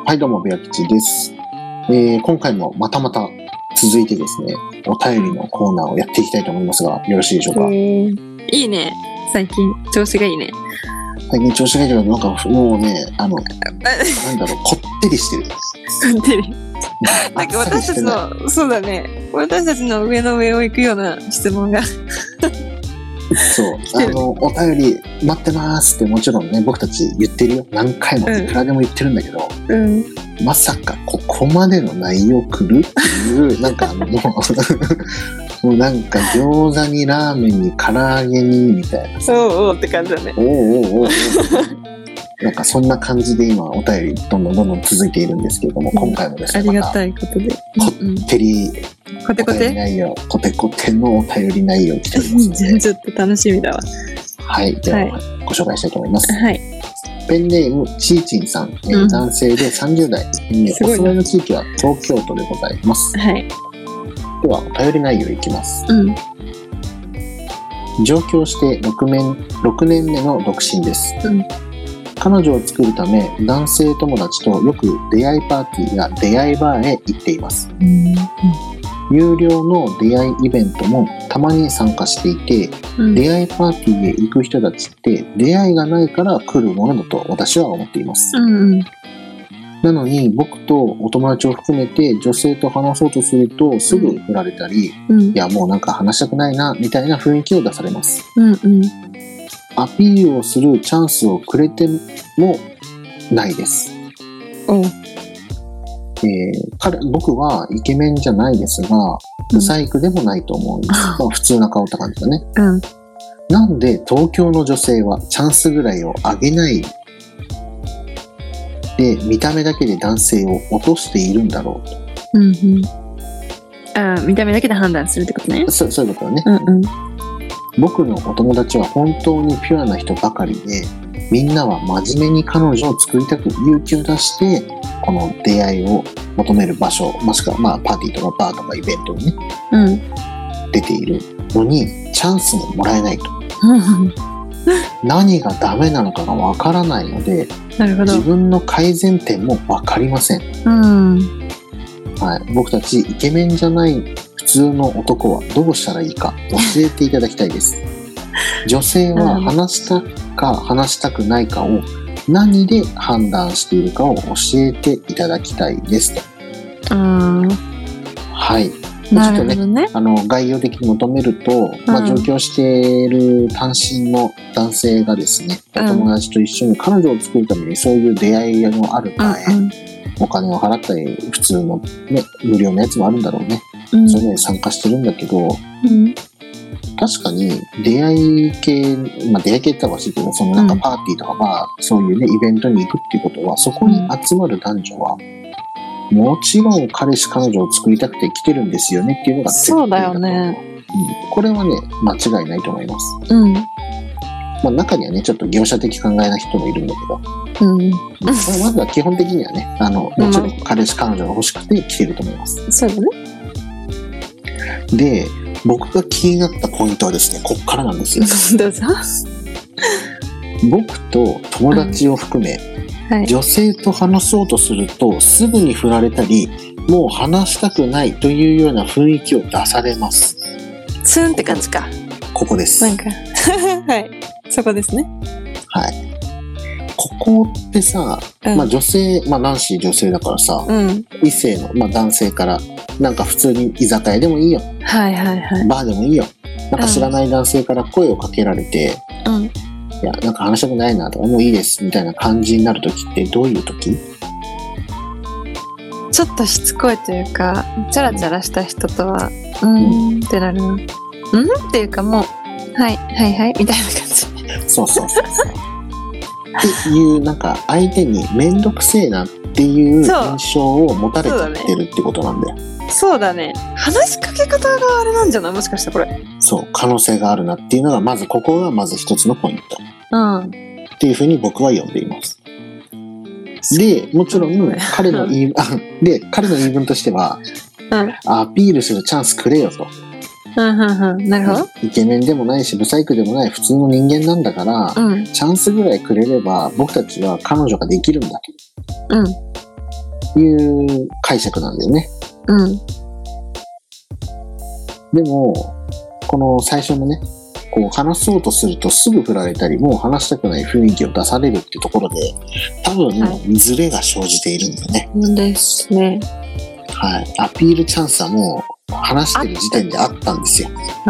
はいどうもベア吉です、今回もまた続いてですねお便りのコーナーをやっていきたいと思いますがよろしいでしょうか。 いいね。最近調子がいいね。 最近調子がいいけどなんかもうねなんだろうこってりしてる。 こってり。なんか私たちのそうだね。私たちの上の上を行くような質問が。 そうお便り待ってますってもちろんね僕たち言ってるよ。何回もいくらでも言ってるんだけど、まさかここまでの内容来るっていうなんかもうなんか餃子にラーメンに唐揚げにみたいなおって感じだね。 おなんかそんな感じで今お便りどんどん続いているんですけれども、今回もですねありがたいことでこってりコテコテコテコテのお便り内容来ておりますのでちょっと楽しみだわ。 はいでは、ご紹介したいと思います。 はいペンネームちーちんさん、男性で30代、お住まいの地域は東京都でございます。 はい。 ではお便り内容いきます。上京して6年目の独身です。彼女を作るため男性友達とよく出会いパーティーや出会いバーへ行っています。有料の出会いイベントもたまに参加していて、出会いパーティーへ行く人たちって出会いがないから来るものだと私は思っています。なのに僕とお友達を含めて女性と話そうとするとすぐ振られたり、いやもうなんか話したくないなみたいな雰囲気を出されます。アピールをするチャンスをくれてもないです。僕はイケメンじゃないですがブサイクでもないと思うんです。普通な顔って感じだね。なんで東京の女性はチャンスぐらいをあげないで見た目だけで男性を落としているんだろうと。 見た目だけで判断するってことね。 そういうことだね。僕のお友達は本当にピュアな人ばかりでみんなは真面目に彼女を作りたく勇気を出してこの出会いを求める場所もしくはパーティーとかバーとかイベントにね、出ているのにチャンスももらえないと。何がダメなのかがわからないので自分の改善点もわかりません。僕たちイケメンじゃない普通の男はどうしたらいいか教えていただきたいです。女性は話したか話したくないかを何で判断しているかを教えていただきたいですと。はい。ちょっとね、概要的に求めると、上京している単身の男性がですね、お友達と一緒に彼女を作るためにそういう出会いのある場へお金を払ったり普通のね無料のやつもあるんだろうね。そういうのに参加してるんだけど、確かに出会い系出会い系って言ったらおかしいけどそのなんかパーティーとかそういうねイベントに行くっていうことはそこに集まる男女はもちろん彼氏彼女を作りたくて来てるんですよねっていうのがそうだよね。 これはね間違いないと思います。中にはねちょっと業者的考えな人もいるんだけど、まずは基本的にはねもちろん彼氏彼女が欲しくて来てると思います。 そうだね。 で僕が気になったポイントはですねこっからなんですよ。 どうぞ。 僕と友達を含め、女性と話そうとするとすぐに振られたりもう話したくないというような雰囲気を出されます。 ツンって感じか。 ここです。 なんかはいそこですね。 ここってさ、女性ナンシー女性だからさ、異性の、男性からなんか普通に居酒屋でもいいよ、バーでもいいよなんか知らない男性から声をかけられて、いやなんか話したくないなとかもういいですみたいな感じになる時ってどういう時？ ちょっとしつこいというかチャラチャラした人とはってなるな。っていうかもうはいみたいな感じ。そうっていうなんか相手に面倒くせえなっていう印象を持たれちゃってるってことなんだよ。 そうだね。話しかけ方があれなんじゃない？もしかしてこれ。そう可能性があるなっていうのがここがまず一つのポイント。っていうふうに僕は呼んでいます。でもちろん彼の言い分としては、アピールするチャンスくれよと。 なるほど。 イケメンでもないしブサイクでもない普通の人間なんだから、チャンスぐらいくれれば僕たちは彼女ができるんだと。 いう解釈なんだよね。 うん。 でも、この最初のね、こう話そうとするとすぐ振られたり、もう話したくない雰囲気を出されるっていうところで、多分、ズレが生じているんだよね。 ですね。 はい。アピールチャンスはもう話してる時点であったんですよ。 うん。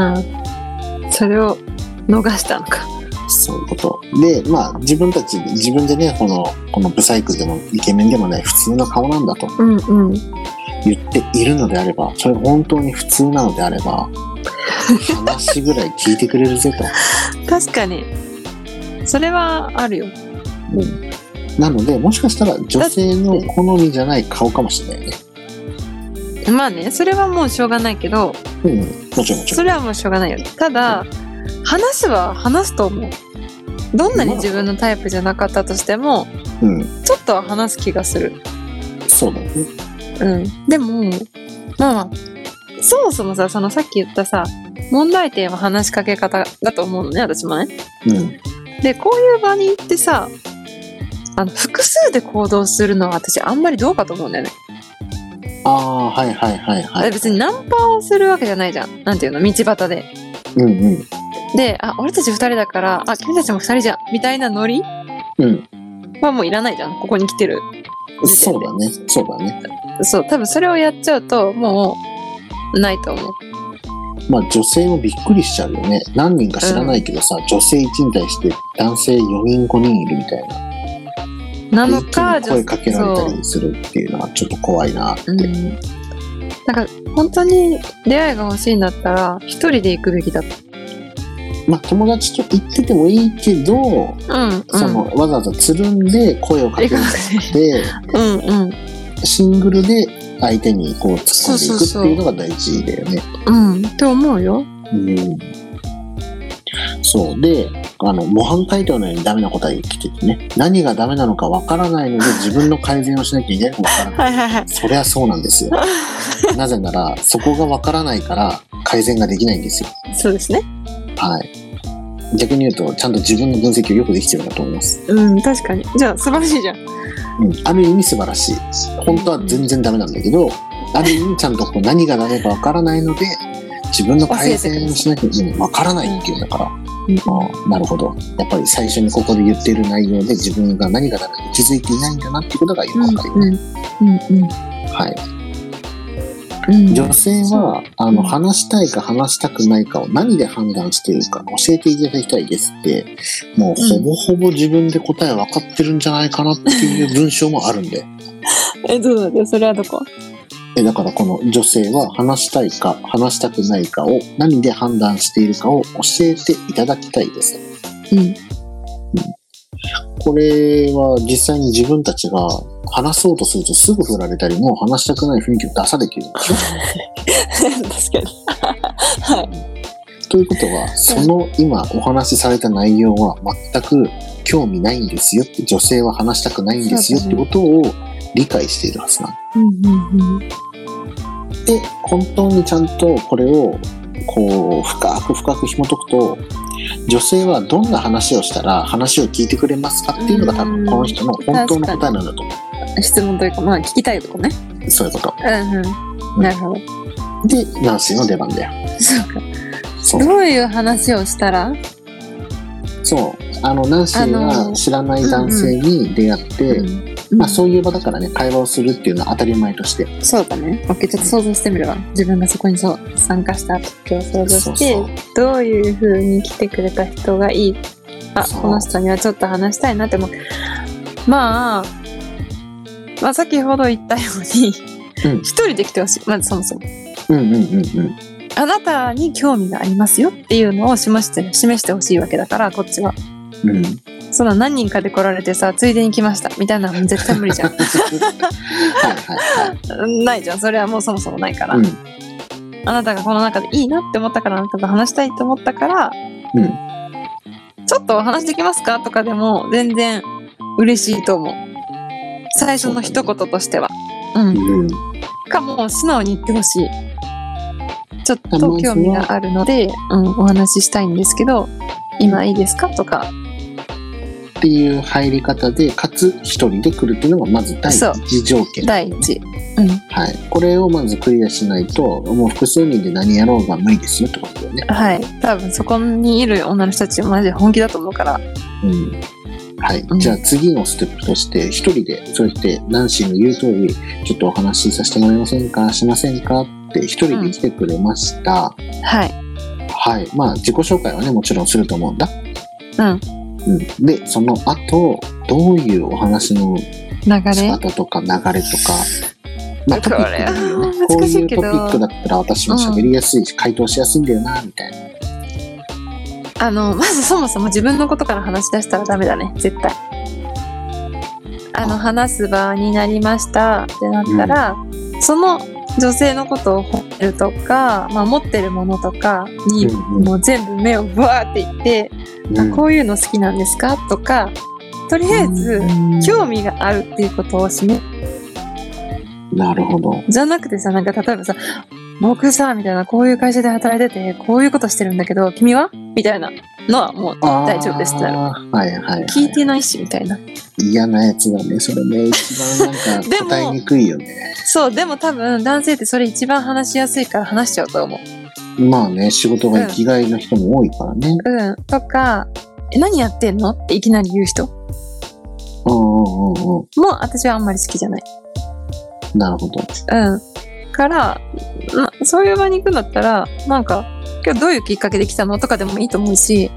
それを逃したのか。 そういうこと。で、まあ自分でね、このブサイクでもイケメンでもない普通の顔なんだと言っているのであれば、それ本当に普通なのであれば、話ぐらい聞いてくれるぜと。 確かに。それはあるよ。 うん。なので、もしかしたら女性の好みじゃない顔かもしれないね。 まあね、それはもうしょうがないけど、 うん、もちろん。 それはもうしょうがないよ。ただ、話は話すと思う。どんなに自分のタイプじゃなかったとしても、ちょっとは話す気がする。 そうだね。 うん。でも、まあ、そもそもさ、さっき言ったさ、問題点は話しかけ方だと思うのね、私もね。 うん。 で、こういう場に行ってさ、複数で行動するのは私あんまりどうかと思うんだよね。 ああ、はいはいはいはい。 別にナンパをするわけじゃないじゃん。なんていうの、道端で。 うんうん。 で、俺たち2人だから、君たちも2人じゃん、みたいなノリはもういらないじゃん、ここに来てる時点で。 そうだね。 そう、多分それをやっちゃうと、もう、ないと思う。 まあ女性もびっくりしちゃうよね。何人か知らないけどさ、女性1に対して男性4人5人いるみたいな。 なのか、 声かけられたりするっていうのはちょっと怖いなって。 なんか本当に出会いが欲しいんだったら一人で行くべきだと。 まあ友達と行っててもいいけど、わざわざつるんで声をかけるんじゃなくて、シングルで相手にこう突っ込んでいくっていうのが大事だよね。 って思うよ。 そうで、模範解答のようにダメな答え来ててね、何がダメなのかわからないので自分の改善をしなきゃいけないかわからない。そりゃそうなんですよ。なぜならそこがわからないから改善ができないんですよ。 そうですね。 はい。逆に言うとちゃんと自分の分析をよくできてるんだと思います。 確かに。じゃあ素晴らしいじゃん。 ある意味素晴らしい。本当は全然ダメなんだけど、ある意味ちゃんとこう何がダメかわからないので自分の改善をしなきゃわからないっていうんだから、なるほど。やっぱり最初にここで言っている内容で自分が何がダメか気づいていないんだなっていうことがよくわかるよね。はい。女性は話したいか話したくないかを何で判断しているか教えていただきたいですって、もうほぼほぼ自分で答え分かってるんじゃないかなっていう文章もあるんで。 どうだってそれはどこ？ だからこの女性は話したいか話したくないかを何で判断しているかを教えていただきたいです。これは実際に自分たちが話そうとするとすぐ振られたり、もう話したくない雰囲気を出されているんでしょ。 確かに。はい。 ということは、その今お話しされた内容は全く興味ないんですよって、女性は話したくないんですよってことを理解しているはずなの。で、本当にちゃんとこれをこう深く紐解くと、女性はどんな話をしたら話を聞いてくれますかっていうのが多分この人の本当の答えなんだと思う。 質問というか、まあ聞きたいとこね。 そういうこと。 なるほど。 で、ナンシーの出番だよ。 そうか。どういう話をしたら？ そう。ナンシーが知らない男性に出会って、まあそういう場だからね、会話をするっていうのは当たり前として。 そうだね。OK、ちょっと想像してみるわ。自分がそこに参加した時を想像して、どういう風に来てくれた人がいい。この人にはちょっと話したいなって思う。まあ先ほど言ったように、一人で来てほしい。まずそもそも。あなたに興味がありますよっていうのを示してほしいわけだから、こっちは。その何人かで来られてさ、ついでに来ましたみたいなのも絶対無理じゃん。ないじゃん。それはもうそもそもないから。あなたがこの中でいいなって思ったから、あなたと話したいと思ったから、ちょっとお話できますかとかでも全然嬉しいと思う。最初の一言としては。かも素直に言ってほしい。ちょっと興味があるので、お話ししたいんですけど、今いいですかとか。 っていう入り方で、かつ一人で来るっていうのがまず第一条件、ね、 第一、 はい、これをまずクリアしないともう複数人で何やろうが無理ですよってことだよね。 はい、多分そこにいる女の人たちマジで本気だと思うから。 はい、じゃあ次のステップとして一人でそうやってナンシーの言う通りちょっとお話しさせてもらえませんかしませんかって一人で来てくれました。 はいはい、まあ自己紹介はねもちろんすると思うんだ。でその後どういうお話の仕方とか流れとか、まあトピックでいいよね。こういうトピックだったら私も喋りやすいし、回答しやすいんだよなみたいな。 まずそもそも自分のことから話し出したらダメだね、絶対。話す場になりましたってなったら、その女性のことを褒めるとか、まあ、持ってるものとかにもう全部目をブワーっていって、こういうの好きなんですかとか、とりあえず興味があるっていうことを示す。 なるほど。 じゃなくてさ、なんか例えばさ、僕さみたいな、こういう会社で働いててこういうことしてるんだけど君はみたいなのはもう大丈夫ですってなる。 はいはいはい、 聞いてないしみたいな。 嫌なやつだねそれね。一番なんか答えにくいよね。 そう、でも多分男性ってそれ一番話しやすいから話しちゃうと思う。 まあね、仕事が生きがいの人も多いからね。 とか何やってんのっていきなり言う人も私はあんまり好きじゃない。 なるほど。 から、そういう場に行くんだったら、なんか今日どういうきっかけで来たのとかでもいいと思うし、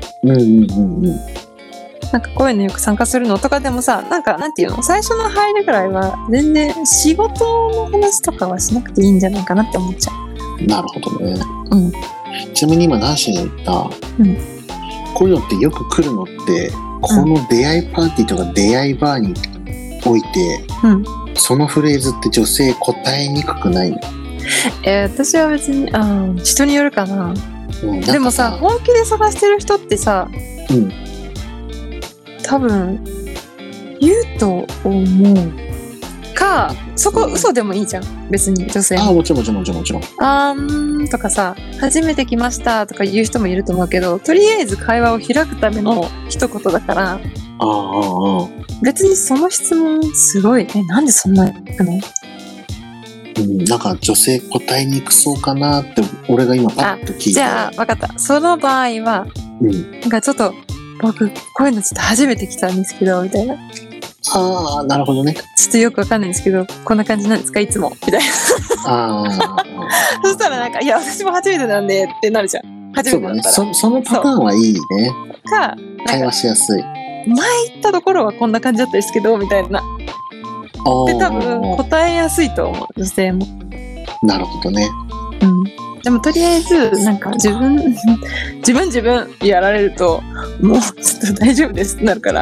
なんかこういうのよく参加するのとかでもさ、なんかなんていうの、最初の入るぐらいは全然仕事の話とかはしなくていいんじゃないかなって思っちゃう。 なるほどね。ちなみに今ナンシーが言った、こういうのってよく来るのってこの出会いパーティーとか出会いバーにおいて、そのフレーズって女性答えにくくないの？ 私は別に人によるかな。でもさ、本気で探してる人ってさ、多分言うと思うか、そこ嘘でもいいじゃん別に女性も。 もちろんとかさ、初めて来ましたとか言う人もいると思うけど、とりあえず会話を開くための一言だから、別にその質問すごいなんでそんなの？ なんか女性答えにくそうかなって俺が今パッと聞いて。 じゃあ分かった。その場合は、なんかちょっと僕こういうのちょっと初めて来たんですけどみたいな。 なるほどね。 ちょっとよくわかんないんですけど、こんな感じなんですかいつもみたいな。そしたらなんか、いや私も初めてなんでってなるじゃん。初めてだったら。 そのパターンはいいね。会話しやすい。 前行ったところはこんな感じだったですけどみたいな。で多分答えやすいと思う女性も。 なるほどね。 でもとりあえずなんか自分やられるともうちょっと大丈夫ですってなるから。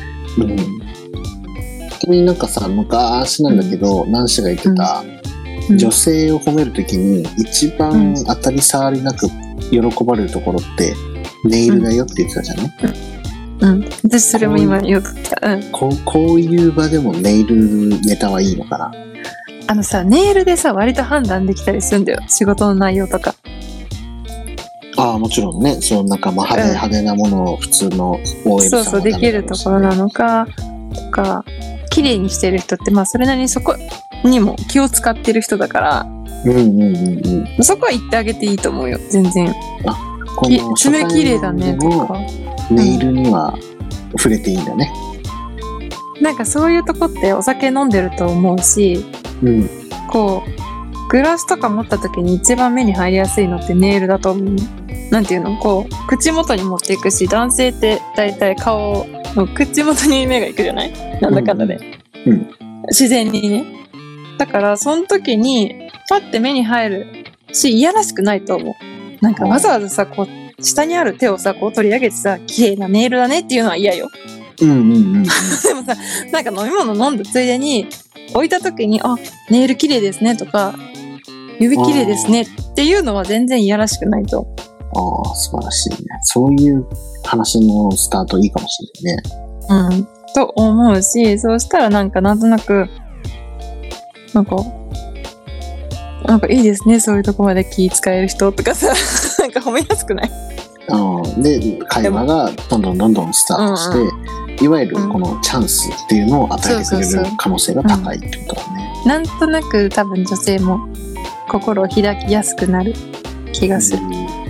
なんかさ、昔なんだけど、ナンシーが言ってた、女性を褒めるときに一番当たり障りなく喜ばれるところってネイルだよって言ってたじゃない？ 私それも今言おうとした。 こういう場でもネイルネタはいいのかな？ ネイルでさ割と判断できたりするんだよ、仕事の内容とか。 もちろんね、そのなんか派手なものを普通の OL さんそうできるところなのかとか、綺麗にしてる人ってそれなりにそこにも気を使ってる人だから、そこは言ってあげていいと思うよ全然。爪綺麗だねとか。 ネイルには触れていいんだね。 なんかそういうとこってお酒飲んでると思うし、こうグラスとか持った時に一番目に入りやすいのってネイルだと思う。なんていうの、こう口元に持っていくし、男性ってだいたい顔の口元に目がいくじゃない？なんだかんだで、自然にね。だからその時にパッて目に入るし、いやらしくないと思う。なんかわざわざさ、こう下にある手をさこう取り上げてさ、綺麗なネイルだねっていうのは嫌よ。でもさ、なんか飲み物飲んだついでに置いた時にネイル綺麗ですねとか指綺麗ですねっていうのは全然いやらしくないと。 素晴らしいね。そういう話のスタートいいかもしれないね。 と思うし、そうしたらなんとなくなんかいいですね、そういうとこまで気使える人とかさ、なんか褒めやすくない？ で会話がどんどんスタートして、 いわゆるこのチャンスっていうのを与えてくれる可能性が高いってことだね。 なんとなく多分女性も心を開きやすくなる気がする。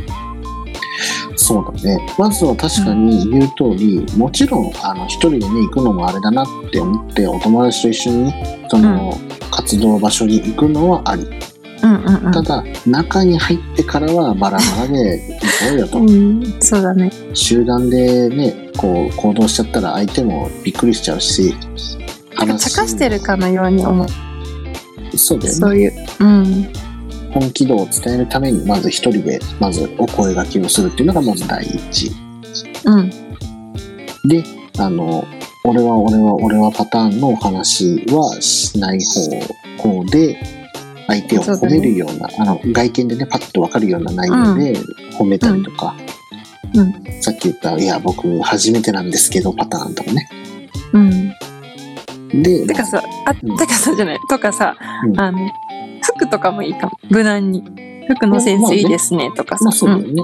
そうだね。まずは確かに言う通り、もちろん一人でね行くのもあれだなって思ってお友達と一緒にその活動場所に行くのはあり。ただ中に入ってからはバラバラで行こうよと、 そうだね。 集団でねこう行動しちゃったら相手もびっくりしちゃうし、 茶化してるかのように思う。 そうだよね。 そういう、 本気度を伝えるためにまず一人でまずお声掛けをするっていうのがまず第一、で俺はパターンの話はしない方で相手を褒めるような、外見でねパッと分かるような内容で褒めたりとか、さっき言ったいや僕初めてなんですけどパターンとかね、でてかさじゃないとかさ、服とかもいいかも。無難に服のセンスいいですねとかさ、 そうだよね、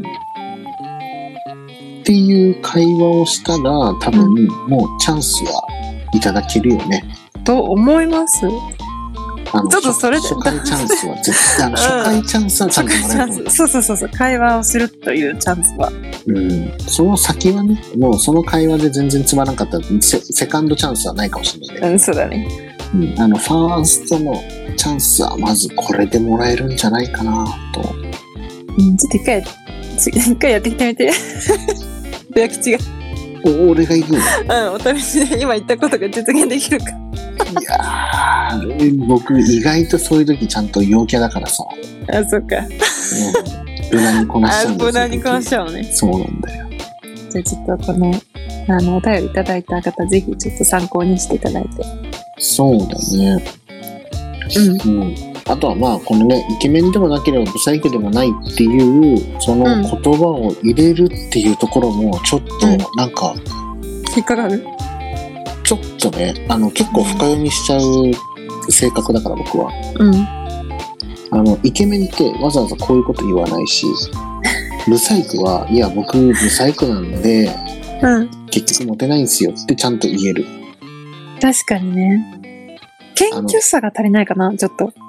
っていう会話をしたら多分もうチャンスはいただけるよねと思います。ちょっとそれで初回チャンスは絶対初回チャンスはちゃんともらえる。 そう会話をするというチャンスは、 その先はねもうその会話で全然つまらなかったらセカンドチャンスはないかもしれないけど、 そうだね、 ファーストのチャンスはまずこれでもらえるんじゃないかなと、ちょっと一回やってきてみてベア吉が俺が行くのお試しで今言ったことが実現できるか。 いや僕意外とそういう時ちゃんと陽キャだからさ。 そっか。 無難にこなしちゃうんですよ。 無難にこなしちゃうのね。 そうなんだよ。 じゃあちょっとこのお便りいただいた方ぜひちょっと参考にしていただいて。 そうだね。あとはまあこのねイケメンでもなければブサイクでもないっていうその言葉を入れるっていうところもちょっとなんか、 引っかかる？ ちょっとね結構深読みしちゃう性格だから僕は、イケメンってわざわざこういうこと言わないしブサイクはいや僕ブサイクなんで、結局モテないんですよってちゃんと言える。 確かにね。謙虚さが足りないかなちょっと。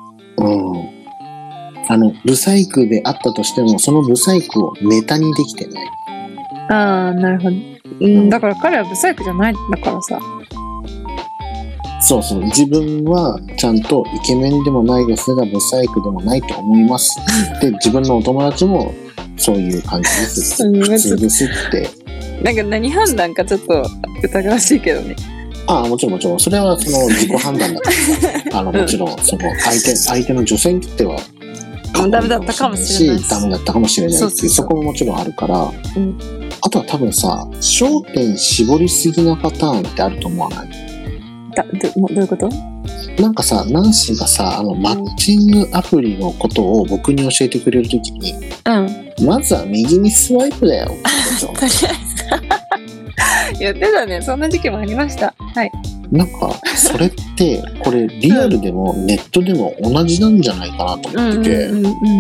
ブサイクであったとしてもそのブサイクをネタにできてない。 なるほど。だから彼はブサイクじゃないんだからさ。 そう自分はちゃんとイケメンでもないですがブサイクでもないと思いますって自分のお友達もそういう感じです普通ですってなんか何判断かちょっと疑わしいけどね。 もちろんそれはその自己判断だからもちろんその相手の女性にとってはダメだったかもしれないしダメだったかもしれないっていうそこももちろんあるから、あとは多分さ焦点絞りすぎなパターンってあると思わない？ どういうこと？ なんかさナンシーがさマッチングアプリのことを僕に教えてくれるときに、まずは右にスワイプだよとりあえず言ってたね。そんな時期もありました。はい。 なんかそれってこれリアルでもネットでも同じなんじゃないかなと思ってて、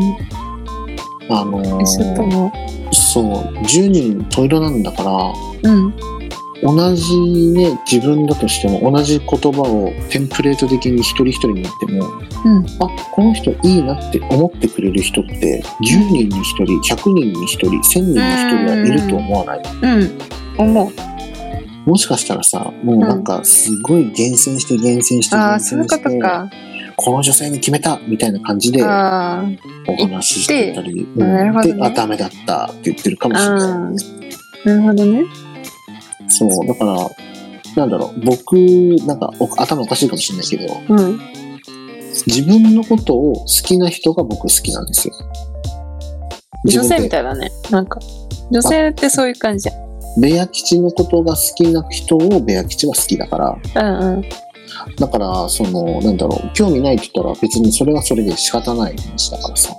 そう10人十色なんだから、同じね自分だとしても同じ言葉をテンプレート的に一人一人に言っても、この人いいなって思ってくれる人って10人に1人100人に1人1000人に1人はいると思わない？ 思う。 もしかしたらさもうなんかすごい厳選してそういうことか。 この女性に決めたみたいな感じでお話ししてたり、でダメだったって言ってるかもしれない。 なるほどね。 そうだからなんだろう僕なんか頭おかしいかもしれないけど、自分のことを好きな人が僕好きなんですよ。 女性みたいだね。なんか女性ってそういう感じじゃん。 ベア吉のことが好きな人をベア吉は好きだから、だからそのなんだろう興味ないって言ったら別にそれはそれで仕方ない話だからさ、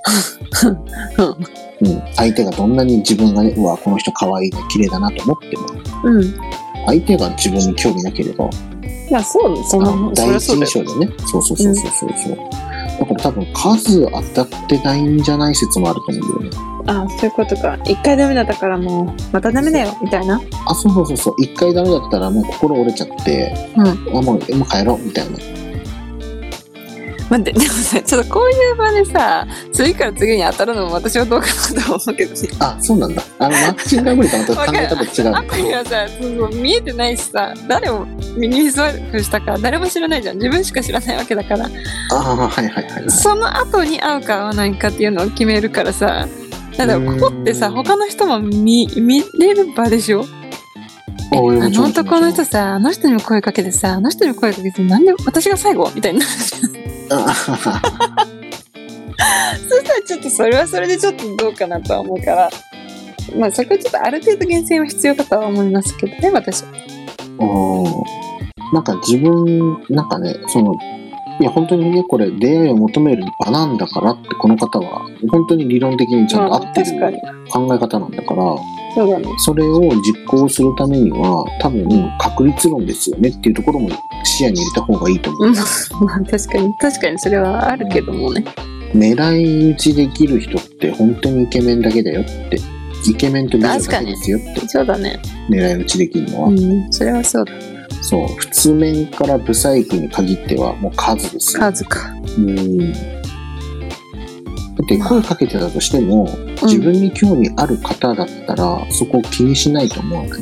相手がどんなに自分がねうわこの人可愛いね綺麗だなと思っても、相手が自分に興味なければ第一印象でねそうだから多分数当たってないんじゃない説もあると思うんだよね。 あ、そういうことか。一回ダメだったからもうまたダメだよみたいな。 あ、そう一回ダメだったらもう心折れちゃって、もう帰ろうみたいな。 待って、でもさ、ちょっとこういう場でさ、次から次に当たるのも私はどうかなと思うけどね。 あ、そうなんだ。マッチングアプリとまた考え方違う。 アプリはさ、そう見えてないしさ、誰をミニスワイプしたか誰も知らないじゃん。自分しか知らないわけだから。その後に会うか会わないかっていうのを決めるからさ、だからここってさ、他の人も見れる場でしょ。あの男の人さ、あの人にも声かけてさ、あの人にも声かけて、なんで私が最後みたいになるじゃん。そしたらちょっとそれはそれでちょっとどうかなとは思うから、まあそこはちょっとある程度厳選は必要かとは思いますけどね、私。 なんか自分、なんかね、いや本当にね、これ出会いを求める場なんだからってこの方は本当に理論的にちゃんと合ってる考え方なんだから、 そうだね、 それを実行するためには多分確率論ですよねっていうところも視野に入れた方がいいと思う。 まあ確かにそれはあるけどもね。 狙い撃ちできる人って本当にイケメンだけだよって、イケメンと美女だけですよって。 そうだね。 狙い撃ちできるのは。 それはそうだ。 そう、普通面からブサイクに限ってはもう数ですよ。 数か。 だって声かけてたとしても、自分に興味ある方だったらそこを気にしないと思わない？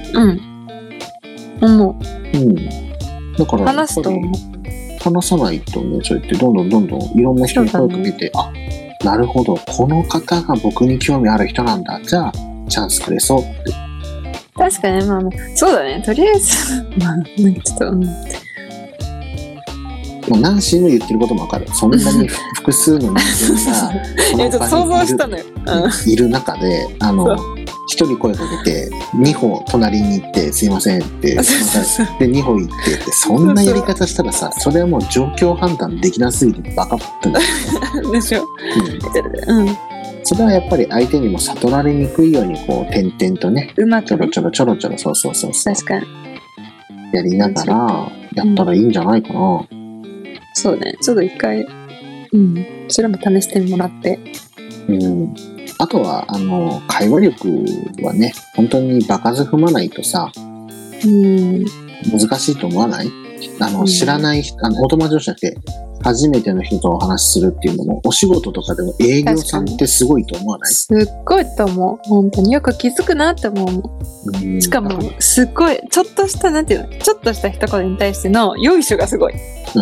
思う。 だから話すと思う。 話さないとね、そうやってどんどんいろんな人に声かけて、あ、なるほど、この方が僕に興味ある人なんだ、じゃあチャンスくれそうって。 確かに、まあそうだね、とりあえずまあなんかちょっとナンシーの言ってることもわかる。そんなに複数の人間が想像したのよ。 いる中で、一人声かけて2歩隣に行ってすいませんってで2歩行ってって、そんなやり方したらさ、それはもう状況判断できなすぎてバカってなるでしょ。 それはやっぱり相手にも悟られにくいようにこう点々とね、 うまくちょろちょろそう確かにやりながらやったらいいんじゃないかな。 そうね、ちょっと一回それも試してもらって、 あとは会話力はね、本当に場数踏まないとさ、難しいと思わない？知らない人、お友達同士じゃなくて初めての人とお話しするっていうのも、お仕事とかでも営業さんってすごいと思わない？ すっごいと思う。本当によく気づくなって思う。しかもすっごいちょっとしたなんていうの、ちょっとした一言に対してのよいしょがすごい。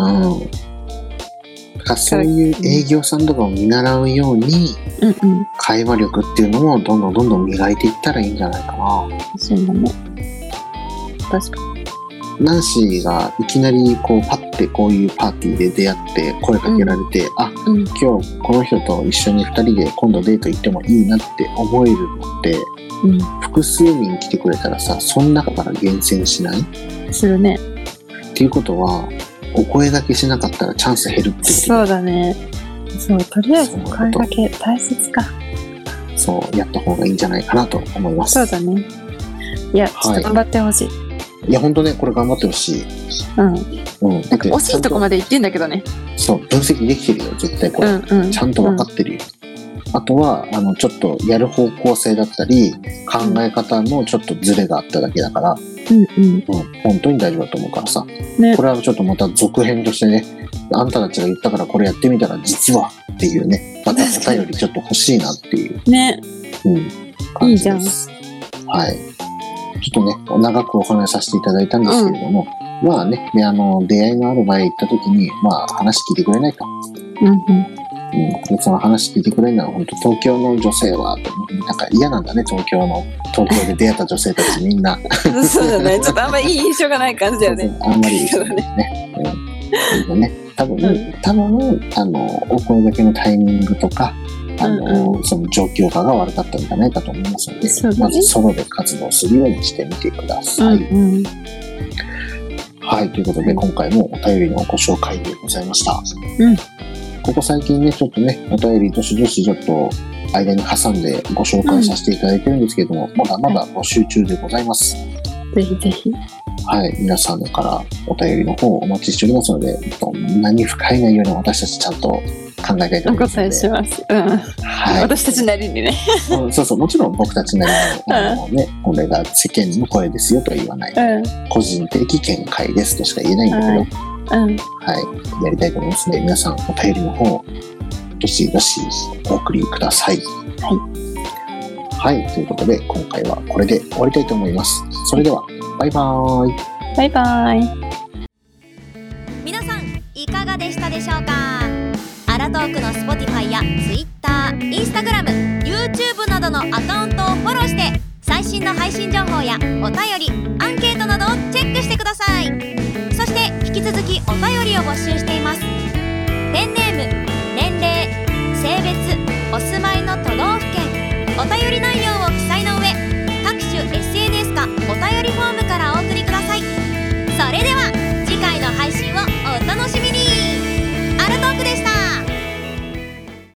そういう営業さんとかを見習うように、会話力っていうのもどんどん磨いていったらいいんじゃないかな。 そうだね。確かに。 ナンシーがいきなりこうパッてこういうパーティーで出会って声かけられて、今日この人と一緒に2人で今度デート行ってもいいなって思えるのって、複数人来てくれたらさ、その中から厳選しない？ するね。 っていうことは、お声掛けしなかったらチャンス減るってこと。 そうだね。そう、とりあえずお声掛け大切か。 そうやった方がいいんじゃないかなと思います。 そうだね。いや、ちょっと頑張ってほしい。 いや本当ね、これ頑張ってほしい。 なんか惜しいとこまで行ってんだけどね。そう、 分析できてるよ、絶対これ。ちゃんと分かってるよ。あとはちょっとやる方向性だったり考え方のちょっとズレがあっただけだから、本当に大丈夫だと思うからさ、これはちょっとまた続編としてね、あんたたちが言ったからこれやってみたら実はっていうね、またお便りちょっと欲しいなっていうね、 感じです。はい。ちょっとね、長くお話しさせていただいたんですけれども、まあね、で出会いのある場合行った時に、まあ話聞いてくれないと。その話聞いてくれるのは本当東京の女性はなんか嫌なんだね、東京で出会った女性たちみんなそうだね、ちょっとあんまりいい印象がない感じだよね。 あんまりいい印象がね。多分お声掛けのタイミングとかその状況下が悪かったんじゃないかと思いますので、まずソロで活動するようにしてみてください。はい、ということで今回もお便りのご紹介でございました。ここ最近ね、ちょっとね、お便りどしどしちょっと間に挟んでご紹介させていただいてるんですけれども、まだまだ募集中でございます。 ぜひぜひ。 はい、皆さんからお便りの方をお待ちしておりますので、何深い内容でも私たちちゃんと考えたいと思いますので。 お答えします。 はい。 私たちなりにね。 そうそう、もちろん僕たちなりの、ね、これが世間の声ですよとは言わない。個人的見解ですとしか言えないんだけど、はい、やりたいと思いますので、皆さんお便りの方、どしどしお送りください。はい、ということで今回はこれで終わりたいと思います。それではバイバーイ。 バイバイ。 皆さんいかがでしたでしょうか。アラトークの Spotify や Twitter、Instagram、YouTube などのアカウントをフォローして最新の配信情報やお便り、アンケートなどをチェックしてください。そして引き続きお便りを募集しています。ペンネーム、年齢、性別、お住まいの都道府県、お便り